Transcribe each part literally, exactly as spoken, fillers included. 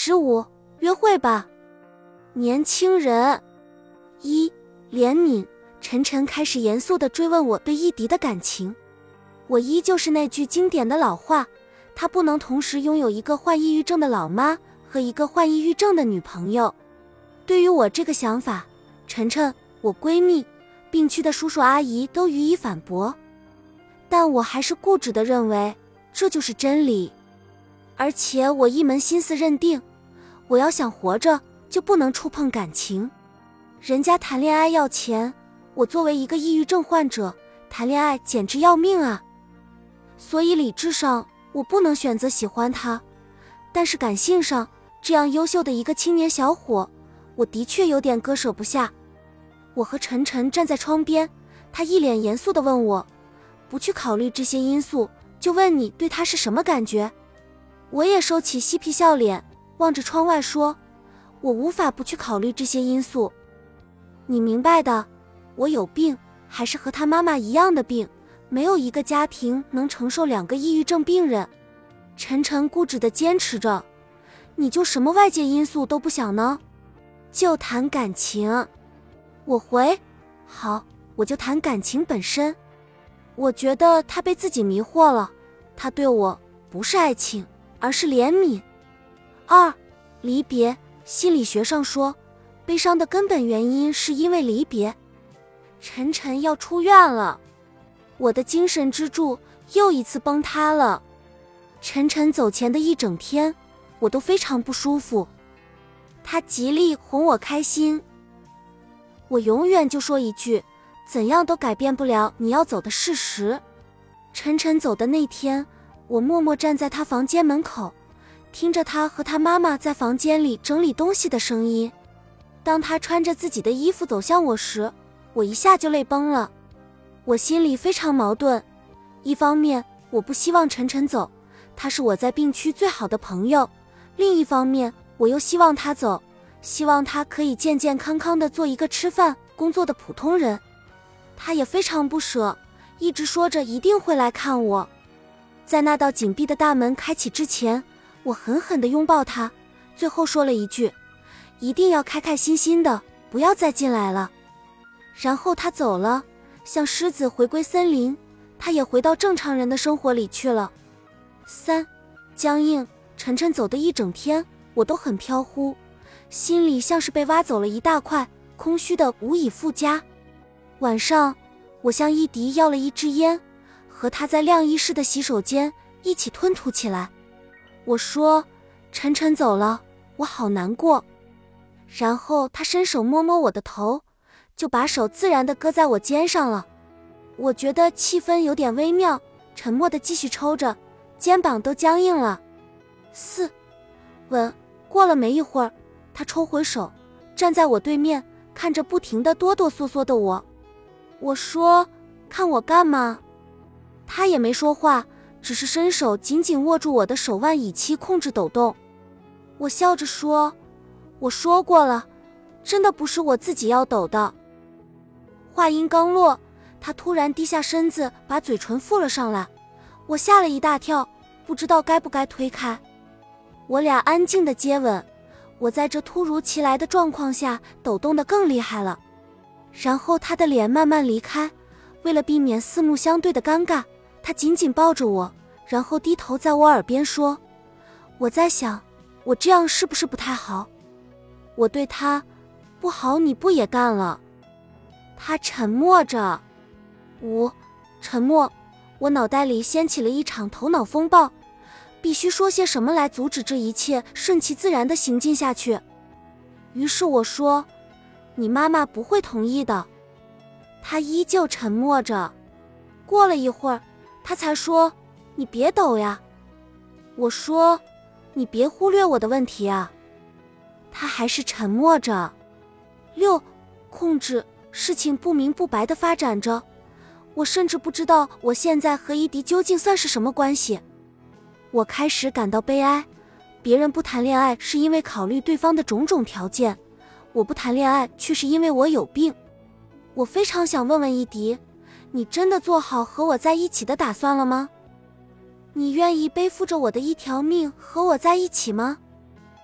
十五，约会吧。年轻人。一，怜悯。晨晨开始严肃地追问我对一迪的感情。我依旧是那句经典的老话，他不能同时拥有一个患抑郁症的老妈和一个患抑郁症的女朋友。对于我这个想法，晨晨、我闺蜜、病区的叔叔阿姨都予以反驳，但我还是固执地认为这就是真理。而且我一门心思认定，我要想活着就不能触碰感情。人家谈恋爱要钱，我作为一个抑郁症患者，谈恋爱简直要命啊！所以理智上我不能选择喜欢他，但是感性上，这样优秀的一个青年小伙，我的确有点割舍不下。我和晨晨站在窗边，他一脸严肃地问我，不去考虑这些因素，就问你对他是什么感觉？我也收起嬉皮笑脸，望着窗外说，我无法不去考虑这些因素。你明白的，我有病，还是和他妈妈一样的病，没有一个家庭能承受两个抑郁症病人。晨晨固执地坚持着，你就什么外界因素都不想呢？就谈感情。我回，好，我就谈感情本身。我觉得他被自己迷惑了，他对我不是爱情，而是怜悯。二，离别。心理学上说，悲伤的根本原因是因为离别。晨晨要出院了，我的精神支柱又一次崩塌了。晨晨走前的一整天，我都非常不舒服。他极力哄我开心。我永远就说一句，怎样都改变不了你要走的事实。晨晨走的那天，我默默站在他房间门口，听着他和他妈妈在房间里整理东西的声音。当他穿着自己的衣服走向我时，我一下就泪崩了。我心里非常矛盾，一方面我不希望晨晨走，他是我在病区最好的朋友，另一方面我又希望他走，希望他可以健健康康地做一个吃饭工作的普通人。他也非常不舍，一直说着一定会来看我。在那道紧闭的大门开启之前，我狠狠地拥抱他，最后说了一句，一定要开开心心的，不要再进来了。然后他走了，像狮子回归森林，他也回到正常人的生活里去了。三，僵硬。晨晨走的一整天，我都很飘忽，心里像是被挖走了一大块，空虚的无以复加。晚上，我向一迪要了一支烟，和他在晾衣室的洗手间一起吞吐起来。我说，晨晨走了，我好难过。然后他伸手摸摸我的头，就把手自然地搁在我肩上了。我觉得气氛有点微妙，沉默地继续抽着，肩膀都僵硬了。四，吻。过了没一会儿，他抽回手，站在我对面，看着不停地哆哆嗦嗦的我。我说，看我干嘛？他也没说话，只是伸手紧紧握住我的手腕，以期控制抖动。我笑着说，我说过了，真的不是我自己要抖的。话音刚落，他突然低下身子，把嘴唇附了上来，我吓了一大跳，不知道该不该推开。我俩安静的接吻，我在这突如其来的状况下抖动得更厉害了。然后他的脸慢慢离开，为了避免四目相对的尴尬，他紧紧抱着我，然后低头在我耳边说，我在想，我这样是不是不太好？我对他，不好你不也干了？他沉默着。五，沉默。我脑袋里掀起了一场头脑风暴，必须说些什么来阻止这一切顺其自然地行进下去。于是我说，你妈妈不会同意的。他依旧沉默着。过了一会儿，他才说，你别抖呀。我说，你别忽略我的问题啊。他还是沉默着。六，控制。事情不明不白地发展着，我甚至不知道我现在和伊迪究竟算是什么关系。我开始感到悲哀，别人不谈恋爱是因为考虑对方的种种条件，我不谈恋爱却是因为我有病。我非常想问问伊迪，你真的做好和我在一起的打算了吗？你愿意背负着我的一条命和我在一起吗？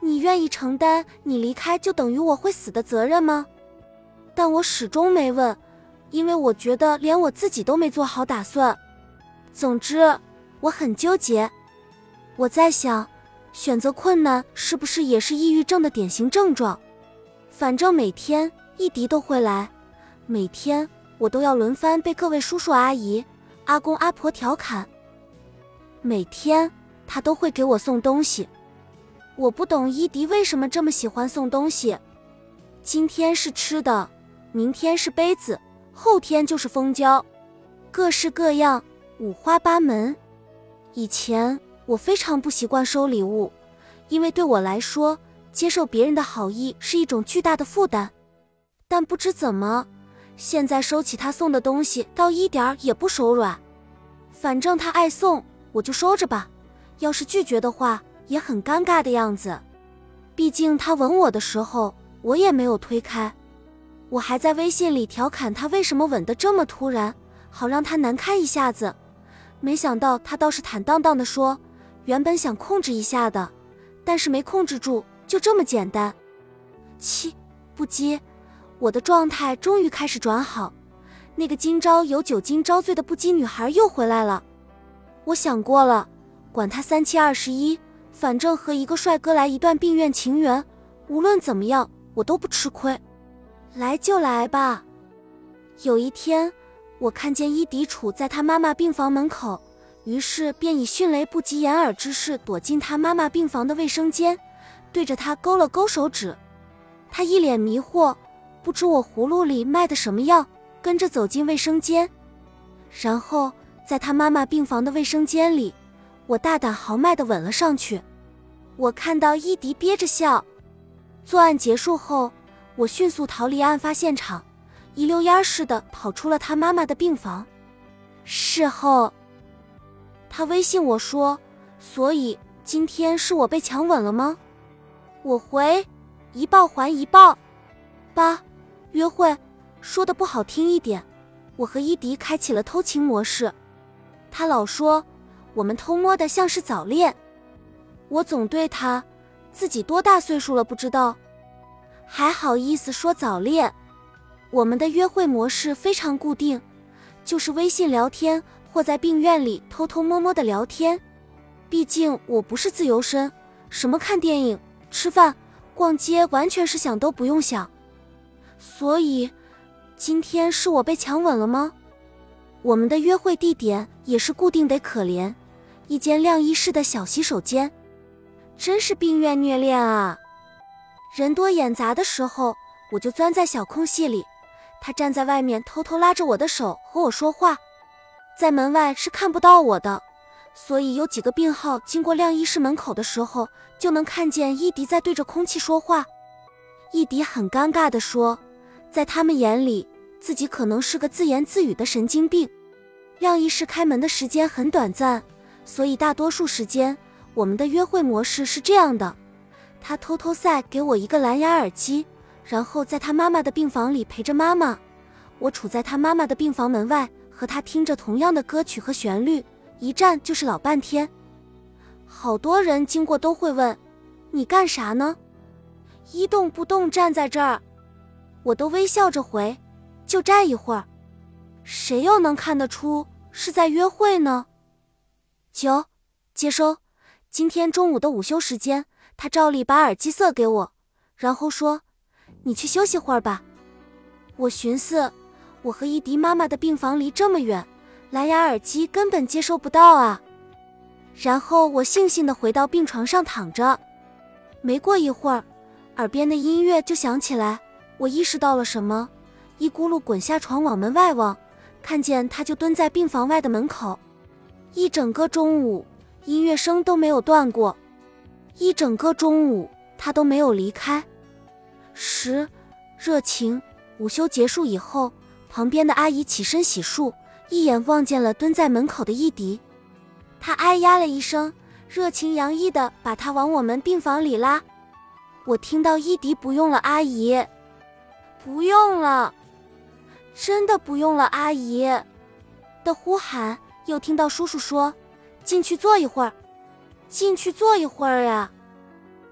你愿意承担你离开就等于我会死的责任吗？但我始终没问，因为我觉得连我自己都没做好打算。总之，我很纠结。我在想，选择困难是不是也是抑郁症的典型症状？反正每天一迪都会来，每天我都要轮番被各位叔叔阿姨、阿公阿婆调侃。每天他都会给我送东西。我不懂伊迪为什么这么喜欢送东西。今天是吃的，明天是杯子，后天就是蜂胶，各式各样，五花八门。以前我非常不习惯收礼物，因为对我来说，接受别人的好意是一种巨大的负担。但不知怎么，现在收起他送的东西，倒一点儿也不手软。反正他爱送，我就收着吧。要是拒绝的话，也很尴尬的样子。毕竟他吻我的时候，我也没有推开。我还在微信里调侃他为什么吻得这么突然，好让他难堪一下子。没想到他倒是坦荡荡地说，原本想控制一下的，但是没控制住，就这么简单。七，不羁，我的状态终于开始转好。那个今朝有酒今朝醉的不羁女孩又回来了。我想过了，管他三七二十一，反正和一个帅哥来一段病院情缘，无论怎么样我都不吃亏。来就来吧。有一天，我看见伊迪处在他妈妈病房门口，于是便以迅雷不及掩耳之势躲进他妈妈病房的卫生间，对着他勾了勾手指。他一脸迷惑，不知我葫芦里卖的什么药，跟着走进卫生间。然后在他妈妈病房的卫生间里，我大胆豪迈地吻了上去。我看到伊迪憋着笑。作案结束后，我迅速逃离案发现场，一溜烟似的跑出了他妈妈的病房。事后，他微信我说，所以今天是我被强吻了吗？我回，一报还一报。八，约会，说的不好听一点，我和伊迪开启了偷情模式。他老说我们偷摸的像是早恋，我总对他，自己多大岁数了不知道，还好意思说早恋。我们的约会模式非常固定，就是微信聊天或在病院里偷偷摸摸的聊天。毕竟我不是自由身，什么看电影、吃饭、逛街完全是想都不用想。所以今天是我被强吻了吗？我们的约会地点也是固定得可怜，一间晾衣室的小洗手间。真是病院虐恋啊。人多眼杂的时候，我就钻在小空隙里，他站在外面偷偷拉着我的手和我说话。在门外是看不到我的，所以有几个病号经过晾衣室门口的时候，就能看见伊迪在对着空气说话。伊迪很尴尬地说，在他们眼里，自己可能是个自言自语的神经病。晾衣室开门的时间很短暂，所以大多数时间我们的约会模式是这样的，他偷偷塞给我一个蓝牙耳机，然后在他妈妈的病房里陪着妈妈，我处在他妈妈的病房门外，和他听着同样的歌曲和旋律，一站就是老半天。好多人经过都会问，你干啥呢？一动不动站在这儿。我都微笑着回，就站一会儿。谁又能看得出是在约会呢？九，接收。今天中午的午休时间，他照例把耳机塞给我，然后说，你去休息会儿吧。我寻思，我和伊迪妈妈的病房离这么远，蓝牙耳机根本接收不到啊。然后我悻悻地回到病床上躺着。没过一会儿，耳边的音乐就响起来，我意识到了什么，一咕噜滚下床往门外望，看见他就蹲在病房外的门口。一整个中午，音乐声都没有断过，一整个中午他都没有离开。十，热情。午休结束以后，旁边的阿姨起身洗漱，一眼望见了蹲在门口的伊迪。她哎呀了一声，热情洋溢地把他往我们病房里拉。我听到伊迪不用了阿姨，不用了，真的不用了阿姨的呼喊，又听到叔叔说，进去坐一会儿，进去坐一会儿呀。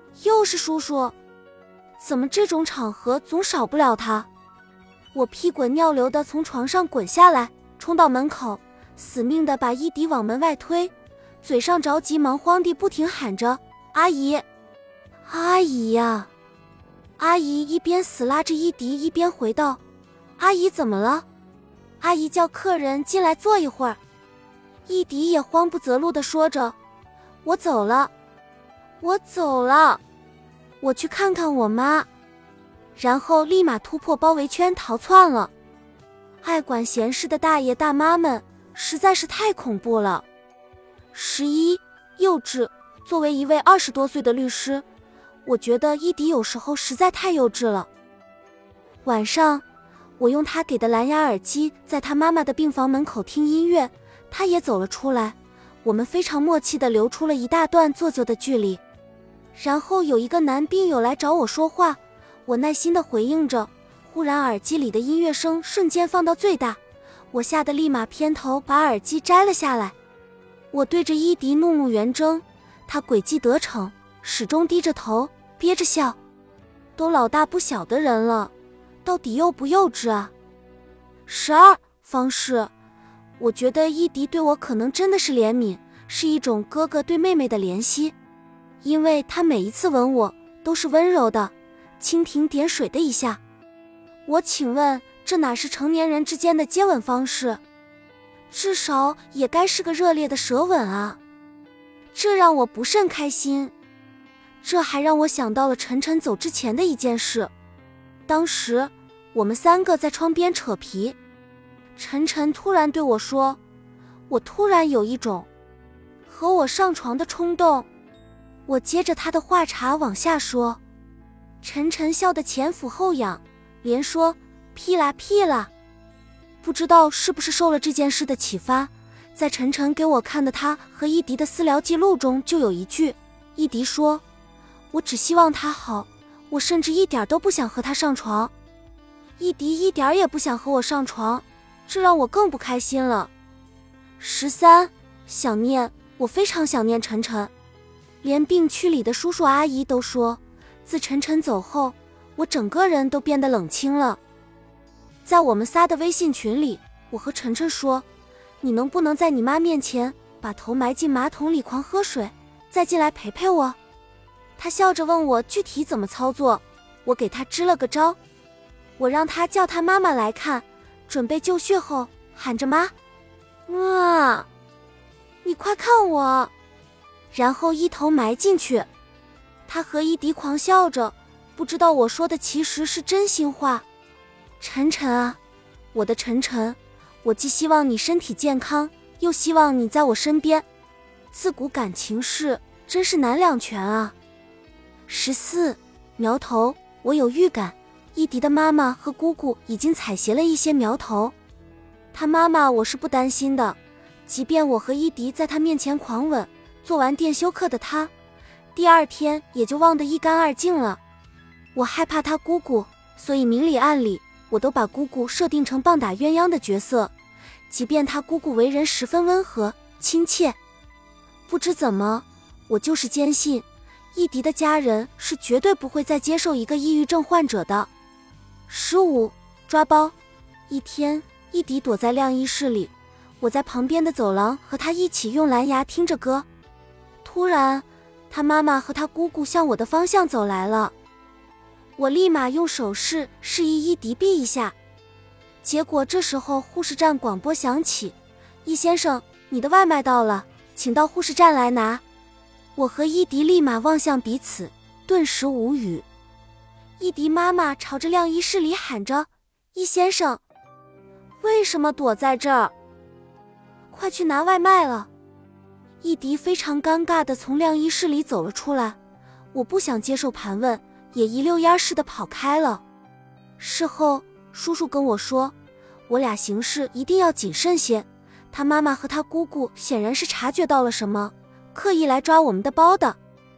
又是叔叔，怎么这种场合总少不了他？我屁滚尿流地从床上滚下来，冲到门口，死命地把伊迪往门外推，嘴上着急忙慌地不停喊着阿姨阿姨呀。阿姨一边死拉着伊迪，一边回道：阿姨怎么了？阿姨叫客人进来坐一会儿。伊迪也慌不择路地说着：我走了，我走了，我去看看我妈。然后立马突破包围圈逃窜了。爱管闲事的大爷大妈们实在是太恐怖了。十一，幼稚。作为一位二十多岁的律师，我觉得伊迪有时候实在太幼稚了。晚上，我用他给的蓝牙耳机在他妈妈的病房门口听音乐，他也走了出来，我们非常默契地留出了一大段做作的距离。然后有一个男病友来找我说话，我耐心地回应着，忽然耳机里的音乐声瞬间放到最大，我吓得立马偏头把耳机摘了下来。我对着伊迪怒目圆睁，他诡计得逞，始终低着头憋着笑。都老大不小的人了，到底幼不幼稚啊？十二，方式。我觉得伊迪对我可能真的是怜悯，是一种哥哥对妹妹的怜惜，因为他每一次吻我都是温柔的，蜻蜓点水的一下。我请问，这哪是成年人之间的接吻方式？至少也该是个热烈的舌吻啊！这让我不甚开心。这还让我想到了晨晨走之前的一件事。当时我们三个在窗边扯皮，晨晨突然对我说，我突然有一种和我上床的冲动。我接着他的话茬往下说，晨晨笑得前俯后仰，连说屁啦屁啦。不知道是不是受了这件事的启发，在晨晨给我看的他和伊迪的私聊记录中就有一句，伊迪说，我只希望他好，我甚至一点都不想和他上床。伊迪一点也不想和我上床，这让我更不开心了。十三，想念，我非常想念晨晨。连病区里的叔叔阿姨都说，自晨晨走后，我整个人都变得冷清了。在我们仨的微信群里，我和晨晨说，你能不能在你妈面前把头埋进马桶里狂喝水，再进来陪陪我？他笑着问我具体怎么操作，我给他支了个招，我让他叫他妈妈来看，准备就绪后喊着妈，啊，你快看我，然后一头埋进去。他和伊迪狂笑着，不知道我说的其实是真心话。晨晨啊，我的晨晨，我既希望你身体健康，又希望你在我身边。自古感情事，真是难两全啊。十四，苗头，我有预感，伊迪的妈妈和姑姑已经采撷了一些苗头。他妈妈我是不担心的，即便我和伊迪在他面前狂吻，做完电休克的他，第二天也就忘得一干二净了。我害怕他姑姑，所以明里暗里我都把姑姑设定成棒打鸳鸯的角色，即便他姑姑为人十分温和亲切。不知怎么，我就是坚信伊迪的家人是绝对不会再接受一个抑郁症患者的。十五，抓包。一天，伊迪躲在晾衣室里，我在旁边的走廊和他一起用蓝牙听着歌。突然，他妈妈和他姑姑向我的方向走来了，我立马用手势示意伊迪避一下。结果这时候护士站广播响起，易先生，你的外卖到了，请到护士站来拿。我和伊迪立马望向彼此，顿时无语。伊迪妈妈朝着晾衣室里喊着，易先生，为什么躲在这儿？快去拿外卖了。伊迪非常尴尬地从晾衣室里走了出来，我不想接受盘问，也一溜烟似的跑开了。事后叔叔跟我说，我俩行事一定要谨慎些，他妈妈和他姑姑显然是察觉到了什么，刻意来抓我们的包的。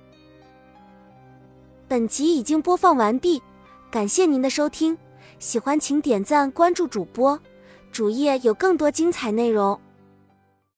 本集已经播放完毕，感谢您的收听，喜欢请点赞关注主播，主页有更多精彩内容。